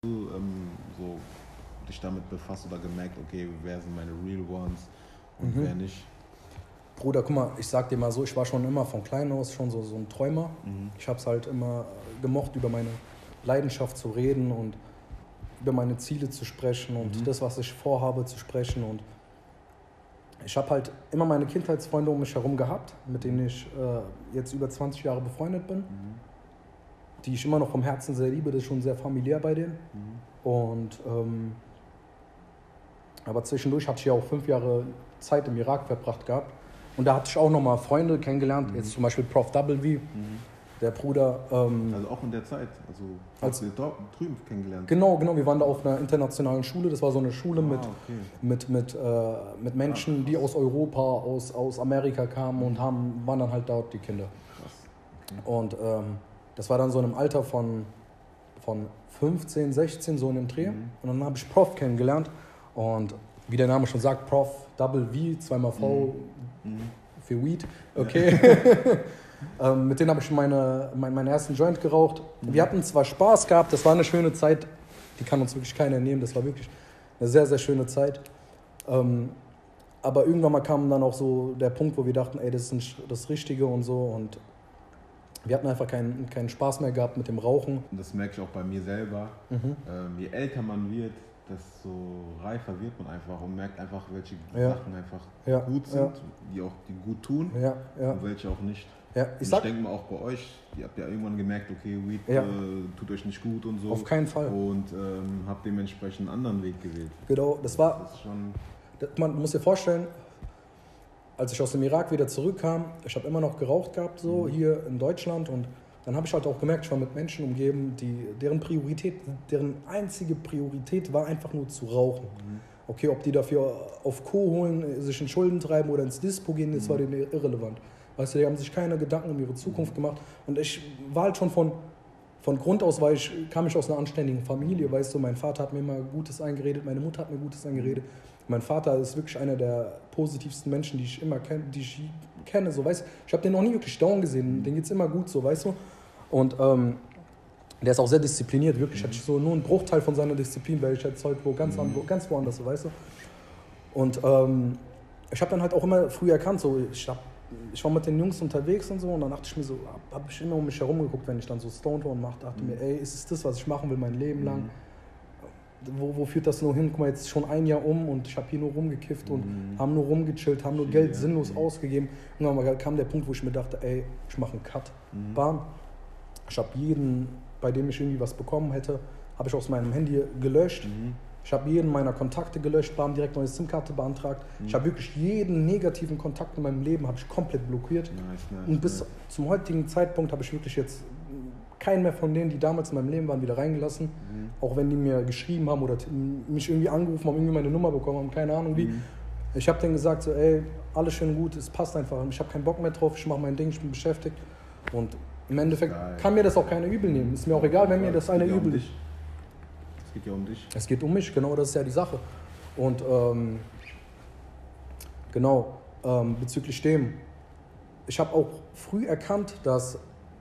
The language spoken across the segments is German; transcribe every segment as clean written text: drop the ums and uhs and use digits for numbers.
Du so dich damit befasst oder gemerkt, okay, wer sind meine Real Ones und wer nicht? Bruder, guck mal, ich sag dir mal so, ich war schon immer von klein aus schon so ein Träumer. Ich hab's halt immer gemocht, über meine Leidenschaft zu reden und über meine Ziele zu sprechen und das, was ich vorhabe, zu sprechen. Und ich habe halt immer meine Kindheitsfreunde um mich herum gehabt, mit denen ich jetzt über 20 Jahre befreundet bin, die ich immer noch vom Herzen sehr liebe. Das ist schon sehr familiär bei denen. Und aber zwischendurch hatte ich ja auch 5 Jahre Zeit im Irak verbracht gehabt. Und da hatte ich auch nochmal Freunde kennengelernt, jetzt zum Beispiel Prof. W., der Bruder. Also auch in der Zeit, also hast du drüben kennengelernt? Genau, wir waren da auf einer internationalen Schule. Das war so eine Schule mit Menschen, die aus Europa, aus Amerika kamen und waren dann halt dort die Kinder. Krass. Und das war dann so in einem Alter von 15, 16, so in dem Dreh. Und dann habe ich Prof kennengelernt. Und wie der Name schon sagt, Prof. W, zweimal V für Weed. Okay. Mit denen habe ich meinen ersten Joint geraucht. Wir hatten zwar Spaß gehabt, das war eine schöne Zeit. Die kann uns wirklich keiner nehmen. Das war wirklich eine sehr, sehr schöne Zeit. Aber irgendwann mal kam dann auch so der Punkt, wo wir dachten, ey, das ist nicht das Richtige und so. Und wir hatten einfach keinen Spaß mehr gehabt mit dem Rauchen. Und das merke ich auch bei mir selber. Je älter man wird, desto reifer wird man einfach und merkt einfach, welche Sachen einfach gut sind, die gut tun und welche auch nicht. Ja, ich denke mal auch bei euch, ihr habt ja irgendwann gemerkt, okay, Weed tut euch nicht gut und so. Auf keinen Fall. Und habt dementsprechend einen anderen Weg gewählt. Genau, man muss dir vorstellen, als ich aus dem Irak wieder zurückkam, ich habe immer noch geraucht gehabt, so hier in Deutschland, und dann habe ich halt auch gemerkt, ich war mit Menschen umgeben, deren einzige Priorität war einfach nur zu rauchen. Okay, ob die dafür auf Co. holen, sich in Schulden treiben oder ins Dispo gehen, das war denen irrelevant. Weißt du, die haben sich keine Gedanken um ihre Zukunft gemacht. Und ich war halt schon von Grund aus, kam ich aus einer anständigen Familie, weißt du, mein Vater hat mir immer Gutes eingeredet, meine Mutter hat mir Gutes eingeredet. Mein Vater ist wirklich einer der positivsten Menschen, die ich kenne, so, weißt du. Ich habe den noch nie wirklich down gesehen, denen geht's immer gut, so, weißt du. Und der ist auch sehr diszipliniert, wirklich. Hätte ich so nur einen Bruchteil von seiner Disziplin, wäre ich jetzt heute ganz woanders, so, weißt du. Und ich habe dann halt auch immer früh erkannt, so, ich war mit den Jungs unterwegs und so, und dann dachte ich mir so, habe ich immer um mich herum geguckt, wenn ich dann so stoned war, und dachte mir, ey, ist es das, was ich machen will mein Leben lang? Wo führt das nur hin? Guck mal, jetzt ist schon ein Jahr und ich habe hier nur rumgekifft und haben nur rumgechillt, haben nur Geld sinnlos ausgegeben. Und dann kam der Punkt, wo ich mir dachte, ey, ich mache einen Cut. Bam. Ich habe jeden, bei dem ich irgendwie was bekommen hätte, habe ich aus meinem Handy gelöscht. Ich habe jeden meiner Kontakte gelöscht, bam, direkt neue SIM-Karte beantragt. Ich habe wirklich jeden negativen Kontakt in meinem Leben ich komplett blockiert. Und bis zum heutigen Zeitpunkt habe ich wirklich jetzt keinen mehr von denen, die damals in meinem Leben waren, wieder reingelassen. Auch wenn die mir geschrieben haben oder mich irgendwie angerufen haben, irgendwie meine Nummer bekommen haben, keine Ahnung wie. Ich habe denen gesagt, so, ey, alles schön gut, es passt einfach. Ich habe keinen Bock mehr drauf, ich mache mein Ding, ich bin beschäftigt. Und im Endeffekt kann mir das auch keiner übel nehmen. Ist mir auch egal, wenn mir das einer übel ist. Es geht ja um dich. Es geht um mich, genau, das ist ja die Sache. Und bezüglich dem, ich habe auch früh erkannt, dass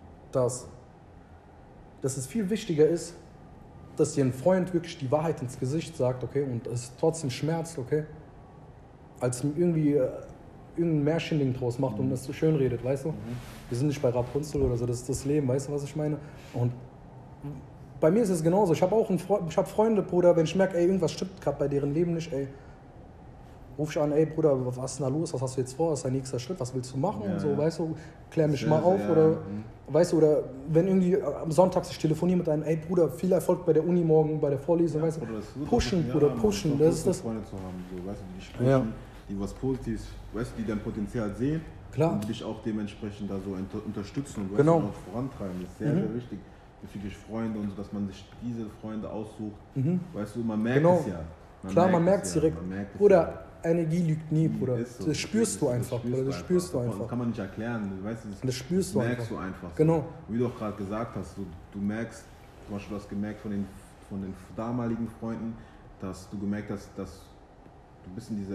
es viel wichtiger ist, dass dir ein Freund wirklich die Wahrheit ins Gesicht sagt, okay, und es trotzdem schmerzt, okay, als irgendwie irgendein Märchending draus macht und es so schön redet, weißt du? Wir sind nicht bei Rapunzel oder so, das ist das Leben, weißt du, was ich meine? Und bei mir ist es genauso. Ich habe auch Freunde, Bruder, wenn ich merke, ey, irgendwas stimmt gerade bei deren Leben nicht, ey, ruf ich an, ey, Bruder, was ist denn da los? Was hast du jetzt vor? Was ist dein nächster Schritt? Was willst du machen? Und so, weißt du, klär mich mal auf. Oder, weißt du, oder wenn irgendwie am Sonntag ich telefoniere mit einem, ey, Bruder, viel Erfolg bei der Uni morgen, bei der Vorlesung, weißt du, pushen, das ist das. Freunde zu haben, so, weißt du, die dich pushen, die was Positives, weißt du, die dein Potenzial sehen. Klar. Und dich auch dementsprechend da so unterstützen und genau. auch vorantreiben. Das ist sehr, sehr wichtig. Bezüglich Freunde und so, dass man sich diese Freunde aussucht. Weißt du, man merkt es ja. Man merkt es direkt. Bruder, Energie lügt nie, Bruder. So. Das spürst du einfach, Bruder. Das spürst du einfach. Das kann man nicht erklären. Du weißt, das spürst du einfach. Merkst du einfach. Genau. Wie du auch gerade gesagt hast, du merkst, zum Beispiel du hast gemerkt von den damaligen Freunden, dass du gemerkt hast, dass du ein bisschen diese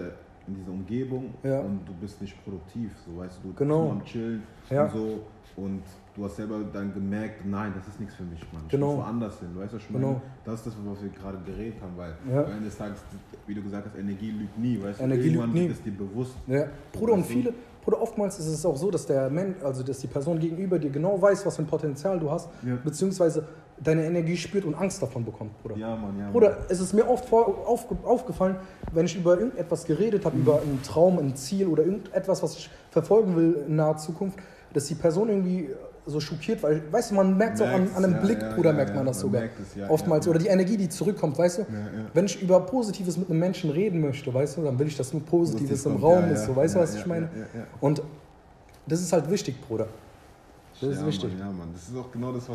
in dieser Umgebung und du bist nicht produktiv, so weißt du, genau. bist nur am Chillen und so und du hast selber dann gemerkt, nein, das ist nichts für mich, Mann. Ich muss woanders hin, weißt du, was ich meine? Das ist das, was wir gerade geredet haben, weil am Ende des Tages, wie du gesagt hast, Energie lügt nie, weißt du, irgendwann ist dir bewusst. Ja. Bruder, und viele, Bruder, oftmals ist es auch so, dass der Mensch, also dass die Person gegenüber dir genau weiß, was für ein Potenzial du hast, beziehungsweise deine Energie spürt und Angst davon bekommt, Bruder. Ja, Mann, ja. Bruder, es ist mir oft aufgefallen, wenn ich über irgendetwas geredet habe, über einen Traum, ein Ziel oder irgendetwas, was ich verfolgen will in naher Zukunft, dass die Person irgendwie so schockiert, weil, weißt du, man merkt es auch an einem Blick, Bruder, merkt man das sogar. Oftmals. Oder die Energie, die zurückkommt, weißt du. Wenn ich über Positives mit einem Menschen reden möchte, weißt du, dann will ich, dass nur Positives im Raum ist, so, weißt du, was ich meine? Und das ist halt wichtig, Bruder. Das ist wichtig. Mann, ja, Mann. Das ist auch genau das,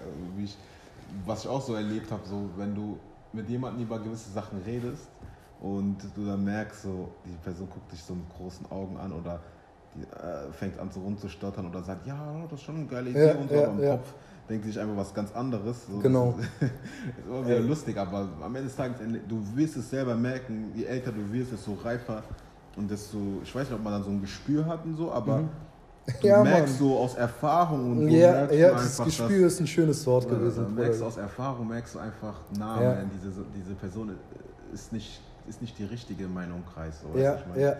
was ich auch so erlebt habe, so, wenn du mit jemandem über gewisse Sachen redest und du dann merkst, so, die Person guckt dich so mit großen Augen an oder fängt an so rumzustottern oder sagt, ja, das ist schon eine geile Idee und so, aber im Kopf denkt sich einfach was ganz anderes. So, genau. Das ist immer wieder lustig, aber am Ende des Tages, du wirst es selber merken, je älter du wirst, desto reifer und desto, ich weiß nicht, ob man dann so ein Gespür hat und so, aber du merkst so aus Erfahrung und das Gespür ist ein schönes Wort gewesen. Du merkst aus Erfahrung, merkst du einfach, man, diese Person ist nicht die richtige in meinem Umkreis. So, ja.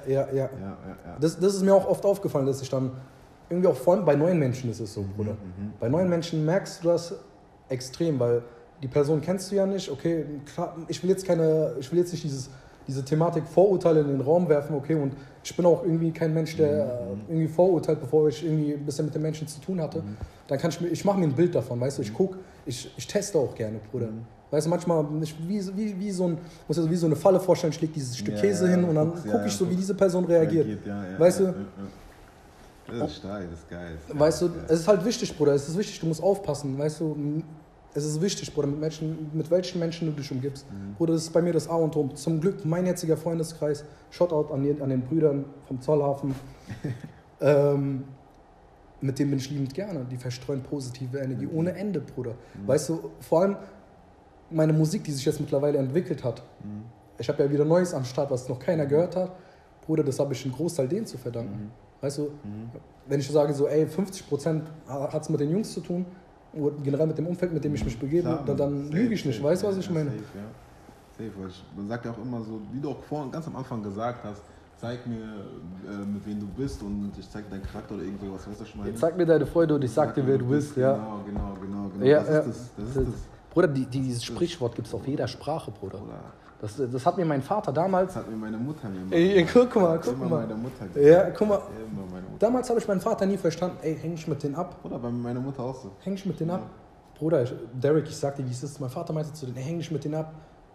Das ist mir auch oft aufgefallen, dass ich dann irgendwie auch vor allem bei neuen Menschen ist es so, Bruder. Bei neuen Menschen merkst du das extrem, weil die Person kennst du ja nicht. Okay, klar, ich will jetzt nicht diese Thematik Vorurteile in den Raum werfen, okay, und ich bin auch irgendwie kein Mensch, der irgendwie vorurteilt, bevor ich irgendwie ein bisschen mit den Menschen zu tun hatte. Dann ich mache mir ein Bild davon, weißt du, ich teste auch gerne, Bruder. Weißt du, manchmal wie so eine Falle vorstellen, ich lege dieses Stück Käse hin und dann gucke ich so, wie diese Person reagiert. Weißt du? Das ist stark, das ist geil. Weißt du, es ist halt wichtig, Bruder, es ist wichtig, du musst aufpassen, weißt du. Es ist wichtig, Bruder, mit welchen Menschen du dich umgibst. Bruder, das ist bei mir das A und O. Zum Glück mein jetziger Freundeskreis, Shoutout an den Brüdern vom Zollhafen. Mit denen bin ich liebend gerne. Die verstreuen positive Energie ohne Ende, Bruder. Weißt du, vor allem meine Musik, die sich jetzt mittlerweile entwickelt hat. Ich habe ja wieder Neues am Start, was noch keiner gehört hat. Bruder, das habe ich einen Großteil denen zu verdanken. Weißt du, wenn ich sage so, ey, 50% hat es mit den Jungs zu tun, oder generell mit dem Umfeld, mit dem ich mich begebe, dann lüge ich nicht. Weißt du, was ich meine? Safe. Man sagt ja auch immer so, wie du auch vorhin ganz am Anfang gesagt hast, zeig mir, mit wem du bist und ich zeig dir deinen Charakter oder irgendwie was, weißt du schon mal? Zeig mir deine Freude und ich sag dir, wer du bist, ja. Genau. Ja, das ist das. Bruder, dieses Sprichwort gibt es auf jeder Sprache, Bruder. Das hat mir mein Vater damals... Das hat mir meine Mutter gemacht. Ey, guck mal. Meine Mutter gemacht. Ja, guck mal. Damals habe ich meinen Vater nie verstanden. Ey, häng ich mit denen ab? Bruder, bei meiner Mutter auch so. Häng ich mit denen ab? Bruder, Derek, ich sag dir, wie es ist. Mein Vater meinte zu denen, ey, häng ich mit denen ab?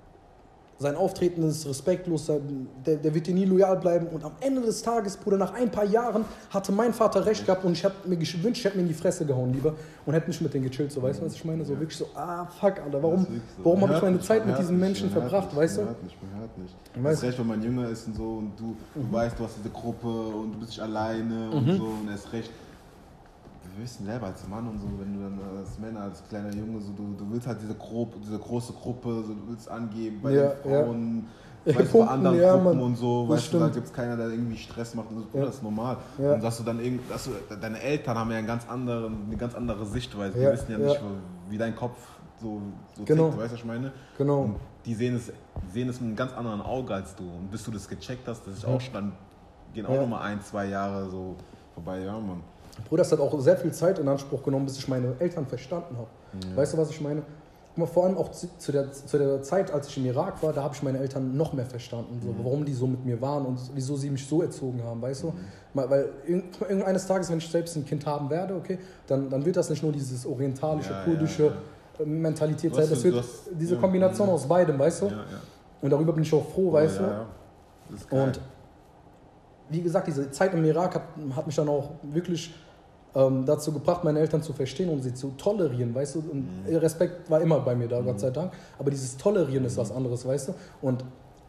Sein Auftreten ist respektlos, der wird dir nie loyal bleiben. Und am Ende des Tages, Bruder, nach ein paar Jahren hatte mein Vater recht gehabt und ich habe mir gewünscht, ich hätte mir in die Fresse gehauen lieber und hätte nicht mit denen gechillt. So, weißt du, was ich meine? So wirklich so, fuck, Alter, warum habe ich meine Zeit mit diesen Menschen verbracht, weißt du? Man hört nicht. Du hast recht, wenn man jünger ist und so und du weißt, du hast diese Gruppe und du bist nicht alleine und so und erst recht. Wir wissen selber als Mann und so, wenn du dann als Männer, als kleiner Junge, so, du willst halt diese große Gruppe, so, du willst angeben bei den Frauen, weißt du, bei anderen Gruppen und so, weißt du, da gibt es keiner, der irgendwie Stress macht und so, das ist normal. Und dass du dann deine Eltern haben ja eine ganz andere Sichtweise, die wissen ja nicht, wie dein Kopf so tickt, weißt du, was ich meine? Genau. Und die sehen es mit einem ganz anderen Auge als du. Und bis du das gecheckt hast, das ist auch schon, dann gehen auch nochmal 1-2 Jahre so vorbei, ja, Mann. Bruder, das hat auch sehr viel Zeit in Anspruch genommen, bis ich meine Eltern verstanden habe. Weißt du, was ich meine? Vor allem auch zu der Zeit, als ich im Irak war, da habe ich meine Eltern noch mehr verstanden, so, warum die so mit mir waren und wieso sie mich so erzogen haben, weißt du? Weil irgendeines Tages, wenn ich selbst ein Kind haben werde, okay, dann wird das nicht nur dieses orientalische, kurdische Mentalität sein, das wird diese Kombination aus beidem, weißt du? Und darüber bin ich auch froh, weißt du? Das ist geil. Und wie gesagt, diese Zeit im Irak hat mich dann auch wirklich dazu gebracht, meine Eltern zu verstehen und sie zu tolerieren, weißt du? Und Respekt war immer bei mir da, Gott sei Dank. Aber dieses Tolerieren ist was anderes, weißt du? Und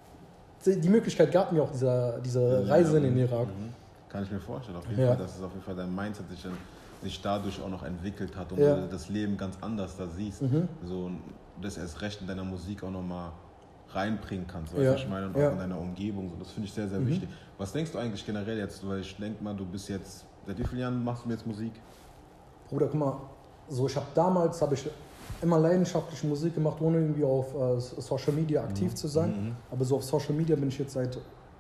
die Möglichkeit gab mir auch diese Reise in den Irak. Kann ich mir vorstellen, auf jeden Fall, dass es auf jeden Fall dein Mindset sich dadurch auch noch entwickelt hat und du das Leben ganz anders da siehst. So, und das erst recht in deiner Musik auch nochmal reinbringen kannst, weißt du, was ich meine, und auch in deiner Umgebung, so, das finde ich sehr, sehr wichtig. Was denkst du eigentlich generell jetzt, weil ich denke mal, du bist jetzt, seit wie vielen Jahren machst du jetzt Musik? Bruder, guck mal, so ich habe immer leidenschaftlich Musik gemacht, ohne irgendwie auf Social Media aktiv zu sein, aber so auf Social Media bin ich jetzt seit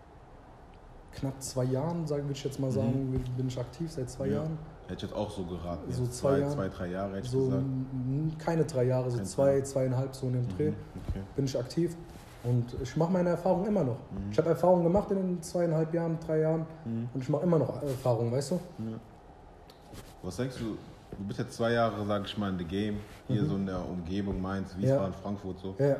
knapp 2 Jahren, würde ich jetzt mal sagen, bin ich aktiv, seit 2 Jahren. Hätte ich jetzt auch so geraten, so jetzt 2, 3 Jahre hätte ich so gesagt. Keine 3 Jahre, so 2,5 so in dem Dreh bin ich aktiv und ich mache meine Erfahrungen immer noch. Ich habe Erfahrungen gemacht in den 2,5 Jahren, 3 Jahren und ich mache immer noch Erfahrungen, weißt du? Ja. Was denkst du, du bist jetzt 2 Jahre, sag ich mal, in the game, hier so in der Umgebung Mainz, Wiesbaden, Frankfurt so. Ja.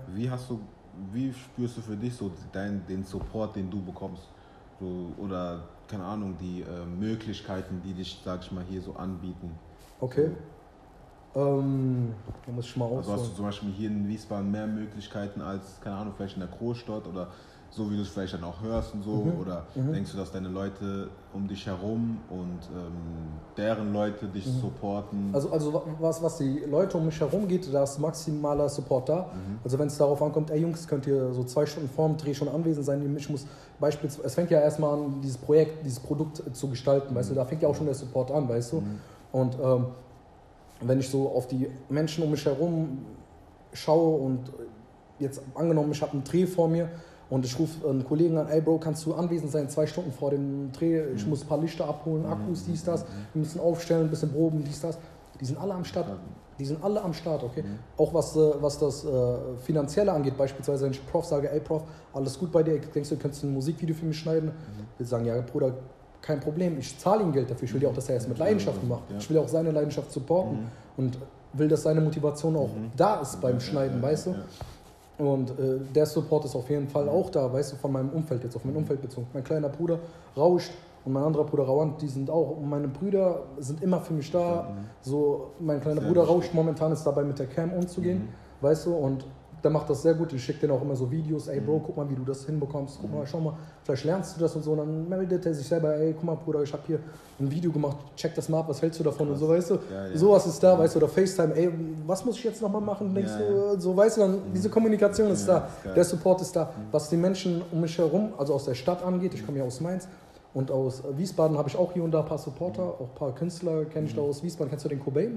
Wie spürst du für dich so den Support, den du bekommst? So, oder, keine Ahnung, die Möglichkeiten, die dich, sag ich mal, hier so anbieten? Okay. Da muss ich mal ausholen. Also hast du zum Beispiel hier in Wiesbaden mehr Möglichkeiten als, keine Ahnung, vielleicht in der Großstadt oder so, wie du es vielleicht dann auch hörst und so? Oder denkst du, dass deine Leute um dich herum und deren Leute dich supporten? Also was die Leute um mich herum geht, da ist maximaler Support da. Also wenn es darauf ankommt, ey Jungs, könnt ihr so 2 Stunden vorm Dreh schon anwesend sein. Ich muss beispielsweise, es fängt ja erstmal an, dieses Produkt zu gestalten, weißt du, da fängt ja auch schon der Support an, weißt du. Und wenn ich so auf die Menschen um mich herum schaue und jetzt angenommen, ich habe einen Dreh vor mir, und ich rufe einen Kollegen an, ey Bro, kannst du anwesend sein, 2 Stunden vor dem Dreh, ich muss ein paar Lichter abholen, Akkus, dies, das, wir müssen aufstellen, ein bisschen proben, dies, das. Die sind alle am Start. Okay? Auch was das Finanzielle angeht, beispielsweise wenn ich Prof sage, ey Prof, alles gut bei dir, denkst du könntest ein Musikvideo für mich schneiden? Wir sagen, ja Bruder, kein Problem, ich zahle ihm Geld dafür, ich will ja auch, dass er es mit Leidenschaft macht. Ich will ja auch seine Leidenschaft supporten und will, dass seine Motivation auch da ist beim Schneiden, weißt du? Und der Support ist auf jeden Fall auch da, weißt du, von meinem Umfeld jetzt, auf mein Umfeld bezogen. Mein kleiner Bruder Rauscht und mein anderer Bruder Rawand, die sind auch, und meine Brüder sind immer für mich da. So, mein kleiner Bruder Rauscht momentan ist dabei, mit der Cam umzugehen, weißt du, und der macht das sehr gut. Ich schicke denen auch immer so Videos, ey Bro, guck mal, wie du das hinbekommst, guck mal, schau mal, vielleicht lernst du das und so. Und dann meldet er sich selber, ey, guck mal Bruder, ich habe hier ein Video gemacht, check das mal ab, was hältst du davon und so, weißt du. Sowas ist da, weißt du, oder FaceTime, ey, was muss ich jetzt nochmal machen, denkst du, so, weißt du, dann diese Kommunikation ist da, der Support ist da. Was die Menschen um mich herum, also aus der Stadt angeht, ich komme ja aus Mainz, und aus Wiesbaden habe ich auch hier und da ein paar Supporter, auch ein paar Künstler kenne ich da aus Wiesbaden. Kennst du den Cobain?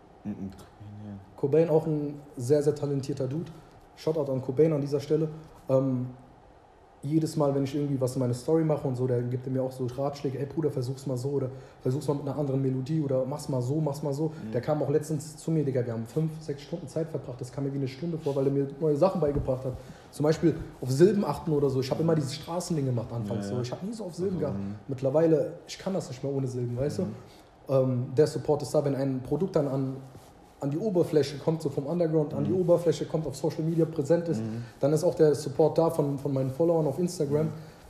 Cobain, auch ein sehr, sehr talentierter Dude. Shoutout an Cobain an dieser Stelle. Jedes Mal, wenn ich irgendwie was in meine Story mache und so, der gibt mir auch so Ratschläge, ey Bruder, versuch's mal so oder versuch's mal mit einer anderen Melodie oder mach's mal so. Der kam auch letztens zu mir, Digga, wir haben 5-6 Stunden Zeit verbracht, das kam mir wie eine Stunde vor, weil er mir neue Sachen beigebracht hat. Zum Beispiel auf Silben achten oder so. Ich habe immer dieses Straßending gemacht anfangs. So. Ich habe nie so auf Silben gehabt. Mittlerweile, ich kann das nicht mehr ohne Silben, weißt du? Der Support ist da, wenn ein Produkt dann an die Oberfläche kommt, so vom Underground an die Oberfläche kommt, auf Social Media präsent ist, dann ist auch der Support da von meinen Followern auf Instagram.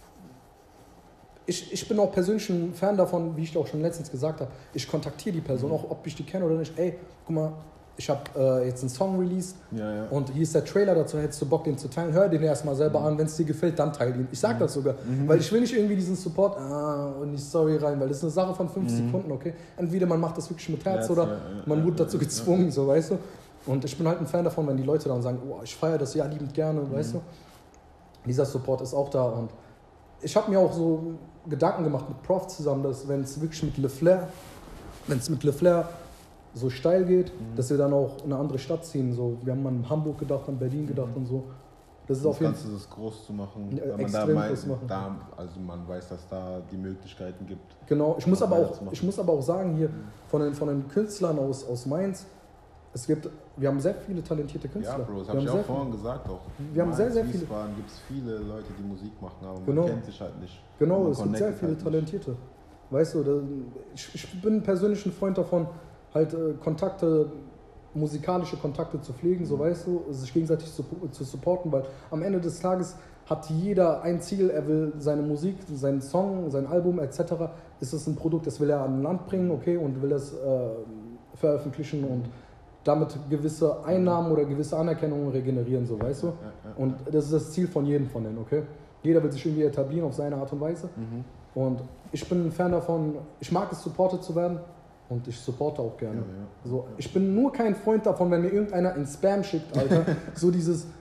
Ich bin auch persönlich ein Fan davon, wie ich auch schon letztens gesagt habe, ich kontaktiere die Person, auch ob ich die kenne oder nicht. Ey, guck mal, ich habe jetzt einen Song released und hier ist der Trailer dazu, hättest du Bock, den zu teilen, hör den erstmal selber an, wenn es dir gefällt, dann teile ihn. Ich sag das sogar, weil ich will nicht irgendwie diesen Support und die Story rein, weil das ist eine Sache von 5 Sekunden, okay? Entweder man macht das wirklich mit Herz oder man wurde dazu gezwungen, so, weißt du? Und ich bin halt ein Fan davon, wenn die Leute dann sagen, oh, ich feiere das ja liebend gerne, weißt du? Dieser Support ist auch da und ich habe mir auch so Gedanken gemacht mit Prof zusammen, dass wenn es wirklich mit Le Flair so steil geht, dass wir dann auch in eine andere Stadt ziehen. So, wir haben an Hamburg gedacht, an Berlin gedacht und so. Das ist auf jeden Fall das groß zu machen, weil man weiß, dass da die Möglichkeiten gibt. Genau, ich muss aber auch sagen hier von den Künstlern aus Mainz, wir haben sehr viele talentierte Künstler. Ja, Bro, das habe ich auch vorhin gesagt. Wir haben sehr, sehr viele. In gibt es viele Leute, die Musik machen, aber man kennt sich halt nicht. Genau, es gibt sehr viele Talentierte. Weißt du, ich bin persönlich ein Freund davon, halt musikalische Kontakte zu pflegen, so weißt du, sich gegenseitig zu supporten, weil am Ende des Tages hat jeder ein Ziel, er will seine Musik, seinen Song, sein Album etc., ist es ein Produkt, das will er an Land bringen, okay, und will das veröffentlichen und damit gewisse Einnahmen oder gewisse Anerkennung regenerieren, so weißt du, und das ist das Ziel von jedem von denen, okay. Jeder will sich irgendwie etablieren auf seine Art und Weise und ich bin ein Fan davon, ich mag es, supported zu werden. Und ich supporte auch gerne. So, ich bin nur kein Freund davon, wenn mir irgendeiner in Spam schickt, Alter. So dieses,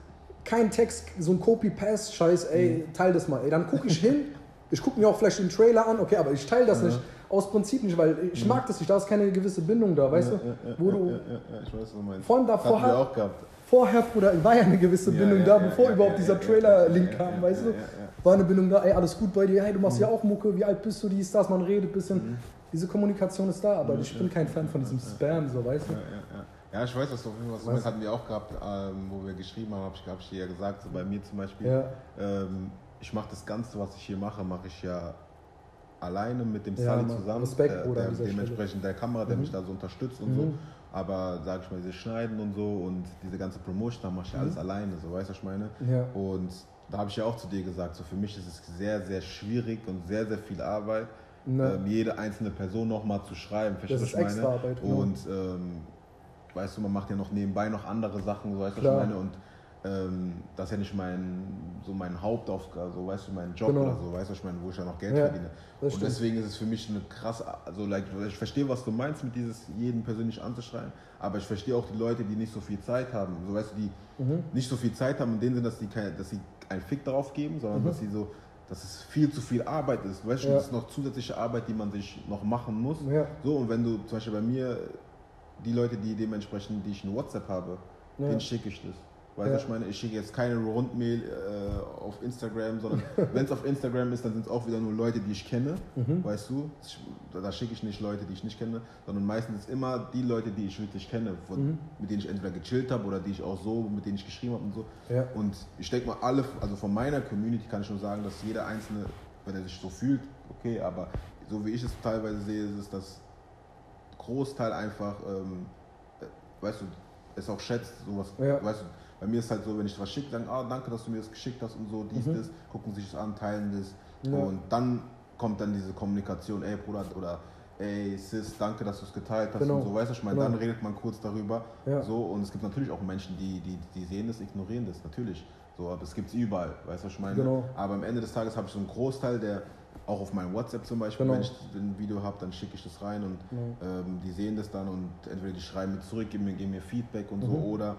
kein Text, so ein Copy-Paste-Scheiß, ey, teil das mal. Ey, dann gucke ich hin, ich gucke mir auch vielleicht den Trailer an, okay, aber ich teile das nicht, aus Prinzip nicht, weil ich mag das nicht, da ist keine gewisse Bindung da, weißt du? Wo du ich weiß, was du meinst. Vor allem vorher, Bruder, war ja eine gewisse Bindung da, bevor überhaupt dieser Trailer-Link kam, weißt du? War eine Bindung da, ey, alles gut bei dir, hey, du machst ja auch Mucke, wie alt bist du, dies, das, man redet ein bisschen. Diese Kommunikation ist da, aber ich bin kein Fan von diesem Spam, so, weißt du? Ja, ich weiß, was du meinst, hatten wir auch gehabt, wo wir geschrieben haben, habe ich dir ja gesagt, so bei mir zum Beispiel, ich mache das Ganze, was ich hier mache ich ja alleine mit dem Sally zusammen, Respekt, Bruder, dementsprechend der Kamera, der mich da so unterstützt und so, aber sag ich mal, diese Schneiden und so und diese ganze Promotion, da mache ich alles alleine, so, weißt du, was ich meine? Ja. Und da habe ich ja auch zu dir gesagt, so für mich ist es sehr, sehr schwierig und sehr, sehr viel Arbeit, jede einzelne Person nochmal zu schreiben, verstehst du, was ich meine? Extra Arbeit, genau. Und weißt du, man macht ja noch nebenbei noch andere Sachen, so, weißt du, was ich meine? Und das ist ja nicht mein Hauptaufgabe, so, weißt du, mein Job oder so, weißt du, ich meine, wo ich ja noch Geld verdiene. Und deswegen ist es für mich eine krasse, also ich verstehe, was du meinst mit dieses jeden persönlich anzuschreiben, aber ich verstehe auch die Leute, die nicht so viel Zeit haben, so, weißt du, die nicht so viel Zeit haben in dem Sinne, dass sie einen Fick darauf geben, sondern dass es viel zu viel Arbeit ist, weißt du, das ist noch zusätzliche Arbeit, die man sich noch machen muss. So, und wenn du zum Beispiel bei mir, die Leute, die dementsprechend, die ich in WhatsApp habe, denen schicke ich das. Weißt du, ich meine, ich schicke jetzt keine Rundmail auf Instagram, sondern wenn es auf Instagram ist, dann sind es auch wieder nur Leute, die ich kenne, weißt du. Da schicke ich nicht Leute, die ich nicht kenne, sondern meistens immer die Leute, die ich wirklich kenne, mit denen ich entweder gechillt habe oder die ich auch so, mit denen ich geschrieben habe und so. Ja. Und ich denke mal, also von meiner Community kann ich nur sagen, dass jeder Einzelne, wenn er sich so fühlt, okay, aber so wie ich es teilweise sehe, ist es das Großteil einfach, weißt du, es auch schätzt, sowas, weißt du. Bei mir ist halt so, wenn ich was schicke, sagen, danke, dass du mir das geschickt hast und so, das, gucken sich das an, teilen das. Und dann kommt dann diese Kommunikation, ey Bruder oder ey Sis, danke, dass du es geteilt hast und so, weißt du, ich meine, dann redet man kurz darüber. So, und es gibt natürlich auch Menschen, die sehen das, ignorieren das, natürlich. So, aber es gibt es überall, weißt du, was ich meine? Aber am Ende des Tages habe ich so einen Großteil, der auch auf meinem WhatsApp zum Beispiel, wenn ich ein Video habe, dann schicke ich das rein und die sehen das dann und entweder die schreiben mir zurück, geben mir Feedback und so, oder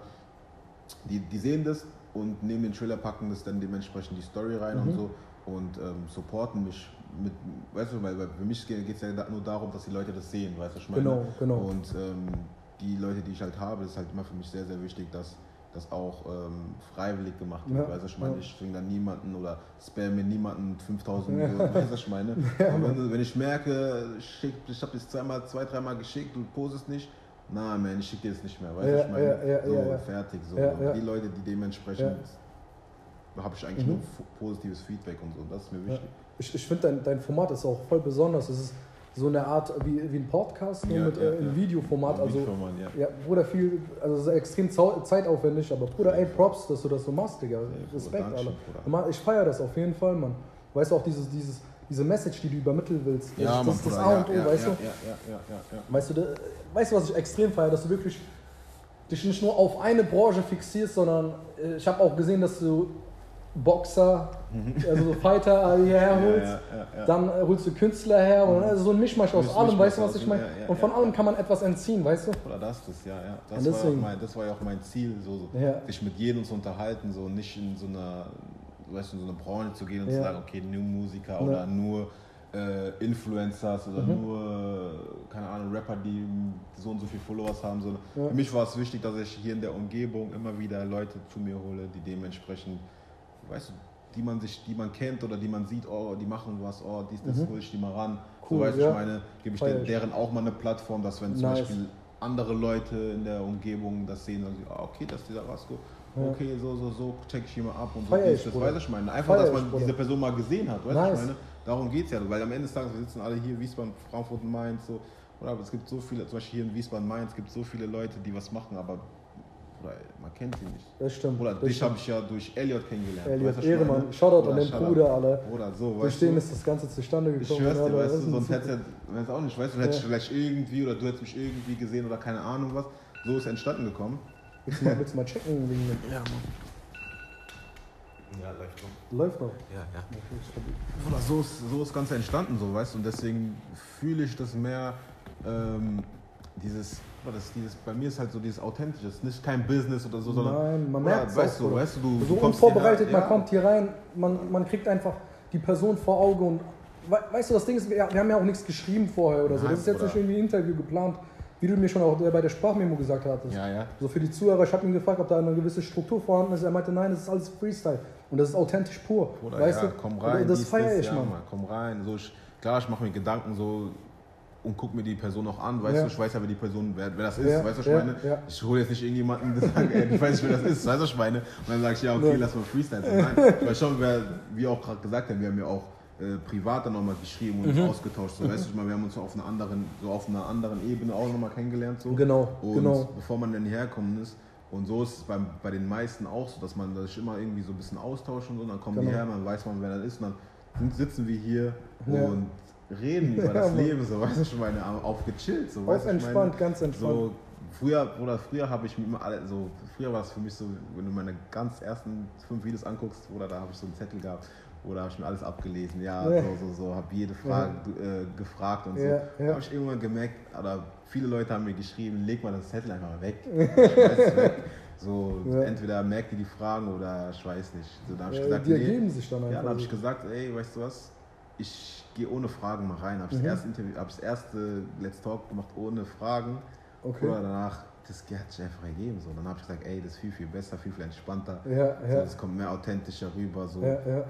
die sehen das und nehmen den Trailer, packen das dann dementsprechend die Story rein und so und supporten mich mit, weißt du, weil für mich geht es ja nur darum, dass die Leute das sehen, weißt du, was ich meine? Genau. Und die Leute, die ich halt habe, das ist halt immer für mich sehr, sehr wichtig, dass das auch freiwillig gemacht wird, weißt du, ich meine, ich zwinge dann niemanden oder spamme niemanden 5000 Millionen, weißt du, ich meine? Und wenn ich merke, ich habe das 2, 3 Mal geschickt, du postest nicht, na man, ich schicke dir das nicht mehr, weißt du, ich meine, fertig, so. Die Leute, die dementsprechend, habe ich eigentlich nur positives Feedback und so, das ist mir wichtig. Ich finde, dein Format ist auch voll besonders, es ist so eine Art wie ein Podcast, nur mit einem Videoformat, also Bruder, also es ist extrem zeitaufwendig, aber Bruder, ey, Props, dass du das so machst, Digga, Respekt, Alter. Ich feiere das auf jeden Fall, Mann. Weißt du, auch diese Message, die du übermitteln willst, das ist das A und O, weißt du? Weißt du, was ich extrem feiere, dass du wirklich dich nicht nur auf eine Branche fixierst, sondern ich habe auch gesehen, dass du Boxer, also so Fighter hierher holst, dann holst du Künstler her und also so ein Mischmasch aus allem, weißt du, was ich meine? Und von allem kann man etwas entziehen, weißt du? Oder das, das war ja auch mein Ziel, so sich mit jedem zu unterhalten, so nicht in so einer, weißt du, in so eine Branche zu gehen und zu sagen, okay, nur Musiker oder nur Influencers oder nur, keine Ahnung, Rapper, die so und so viele Followers haben. So. Für mich war es wichtig, dass ich hier in der Umgebung immer wieder Leute zu mir hole, die dementsprechend, weißt du, die man kennt oder die man sieht, oh, die machen was, oh, das hole ich die mal ran. Cool, so, weißt du, ich meine, gebe ich deren auch mal eine Plattform, dass wenn zum Beispiel andere Leute in der Umgebung das sehen, dann sagen, okay, das ist dieser Rasco, okay, so, check ich hier mal ab und so, das weiß ich meine. Einfach, dass man diese Person mal gesehen hat, weißt du, ich meine, darum geht es ja, weil am Ende des Tages, wir sitzen alle hier, Wiesbaden, Frankfurt und Mainz, so, oder es gibt so viele, zum Beispiel hier in Wiesbaden, Mainz, gibt so viele Leute, die was machen, aber man kennt sie nicht. Das stimmt. Oder dich habe ich ja durch Elliot kennengelernt. Elliot Ehremann, Shoutout an den Bruder, alle. Oder so, durch den ist das Ganze zustande gekommen. Ich schwör's dir, weißt du, sonst hättest du auch nicht, weißt du, hättest vielleicht irgendwie, oder du hättest mich irgendwie gesehen oder keine Ahnung was. So ist entstanden gekommen. Willst du mal checken wegen dem? Ja, Mann. Ja, läuft noch. Läuft noch? Ja. Oder so ist das Ganze entstanden, so, weißt du, und deswegen fühle ich das mehr bei mir ist halt so dieses Authentische, es ist nicht kein Business oder so, sondern... Nein, man merkt es auch. Du so unvorbereitet, man kommt hier rein, man kriegt einfach die Person vor Auge und weißt du, das Ding ist, wir haben ja auch nichts geschrieben vorher oder so, das ist jetzt nicht irgendwie ein Interview geplant, wie du mir schon auch bei der Sprachmemo gesagt hattest. Ja. So für die Zuhörer, ich habe ihn gefragt, ob da eine gewisse Struktur vorhanden ist, er meinte, nein, das ist alles Freestyle und das ist authentisch pur, Bruder, weißt du? Komm rein, das feiere ich, Mann. Komm rein, so klar, ich mache mir Gedanken so und guck mir die Person auch an, weißt du, ich weiß ja, wer die Person, wer das ist, weißt du, was ich meine? Ich hole jetzt nicht irgendjemanden, der sagt, ich weiß nicht, wer das ist, weißt du, was ich meine? Und dann sage ich, ja, okay, lass mal Freestyle sein. Nein, ich weiß schon, wie auch gerade gesagt haben, wir haben ja auch privat dann nochmal geschrieben und uns ausgetauscht, so, weißt du, wir haben uns auf einer anderen Ebene auch nochmal kennengelernt, so. Genau. Bevor man dann hierher gekommen ist. Und so ist es bei den meisten auch so, dass man sich immer irgendwie so ein bisschen austauscht und so, und dann kommen die her, man weiß wer das ist, und dann sitzen wir hier und reden über das Leben, so, weißt du, ich meine, auf gechillt, so, weißt du, ich meine, ganz entspannt. So, früher habe ich mir immer früher war es für mich so, wenn du meine ganz ersten 5 Videos anguckst, oder da habe ich so einen Zettel gehabt, oder habe ich mir alles abgelesen, so, habe jede Frage gefragt und so. Da habe ich irgendwann gemerkt, oder viele Leute haben mir geschrieben, leg mal das Zettel einfach weg, schmeiß es weg. So, entweder merkt ihr die Fragen oder ich weiß nicht. So, da habe ich gesagt, die ergeben sich dann einfach. Ja, dann habe ich gesagt, ey, weißt du was, ich gehe ohne Fragen mal rein. Habe das erste Let's Talk gemacht ohne Fragen. Okay. Oder danach, das hat sich einfach ergeben. So. Dann habe ich gesagt, ey, das ist viel, viel besser, viel, viel entspannter. So, das kommt mehr authentischer rüber. So.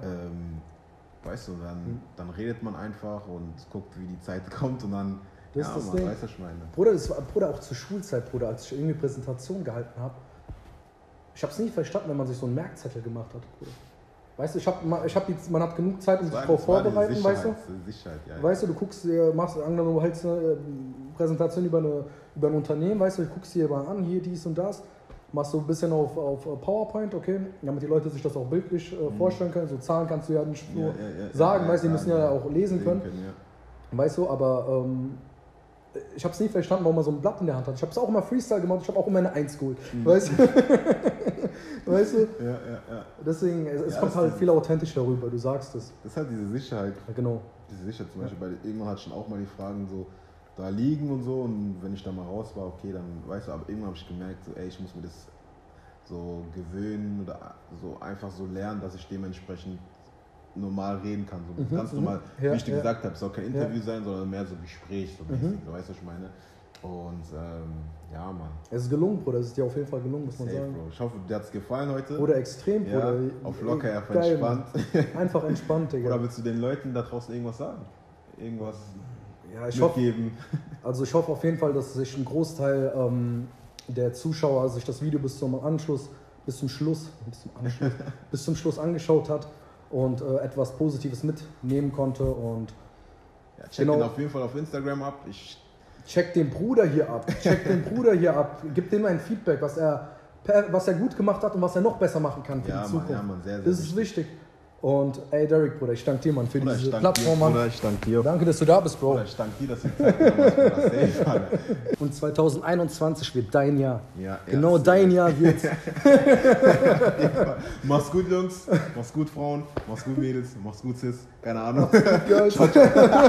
Weißt du, dann redet man einfach und guckt, wie die Zeit kommt, und dann, das ja, ist man weiß, was ich meine. Bruder, das war, Bruder, auch zur Schulzeit, Bruder, als ich irgendwie Präsentation gehalten habe, ich habe es nie verstanden, wenn man sich so einen Merkzettel gemacht hat, Bruder. Weißt du, man hat genug Zeit, um sich darauf vorzubereiten, weißt du? Sicherheit, ja. Weißt du, machst angenommen, du hältst eine Präsentation über ein Unternehmen, weißt du, guckst dir mal an, hier dies und das, machst so ein bisschen auf PowerPoint, okay, damit die Leute sich das auch bildlich vorstellen können. So Zahlen kannst du ja nicht nur sagen, weißt du, die müssen ja auch lesen können. Weißt du, aber ich habe es nie verstanden, warum man so ein Blatt in der Hand hat. Ich habe es auch immer Freestyle gemacht, ich habe auch immer eine 1 geholt, weißt du? Weißt du? Ja. Deswegen, es kommt halt viel authentischer rüber, du sagst es. Das ist halt diese Sicherheit. Ja, genau. Diese Sicherheit zum Beispiel, irgendwann hatte ich schon auch mal die Fragen so da liegen und so, und wenn ich da mal raus war, okay, dann weißt du, aber irgendwann habe ich gemerkt, so, ey, ich muss mir das so gewöhnen oder so einfach so lernen, dass ich dementsprechend normal reden kann. So ganz normal, wie ich dir gesagt habe, es soll kein Interview sein, sondern mehr so Gespräch, so mäßig, so, weißt du, was ich meine? Und ja, Mann. Es ist gelungen, Bruder, es ist dir auf jeden Fall gelungen, muss man sagen. Bro. Ich hoffe, dir hat es gefallen heute. Oder extrem, Bruder. Ja, auf locker, einfach entspannt. Einfach entspannt, Digga. Oder willst du den Leuten da draußen irgendwas sagen? Irgendwas mitgeben? Also ich hoffe auf jeden Fall, dass sich ein Großteil der Zuschauer sich das Video bis zum Schluss angeschaut hat und etwas Positives mitnehmen konnte. Und ja, check den auf jeden Fall auf Instagram ab. Check den Bruder hier ab. Gib dem ein Feedback, was er gut gemacht hat und was er noch besser machen kann für die Zukunft. Ja, Mann, sehr, sehr das ist wichtig. Und ey, Derek, Bruder, ich danke dir, Mann, für diese Plattform, Mann. Bruder, ich danke dir. Danke, dass du da bist, Bro. Bruder, ich danke dir, dass du Zeit genommen hast. Und 2021 wird dein Jahr. Ja, genau dein Jahr wird. Mach's gut, Jungs. Mach's gut, Frauen. Mach's gut, Mädels. Mach's gut, Sis. Keine Ahnung. Ciao, ciao.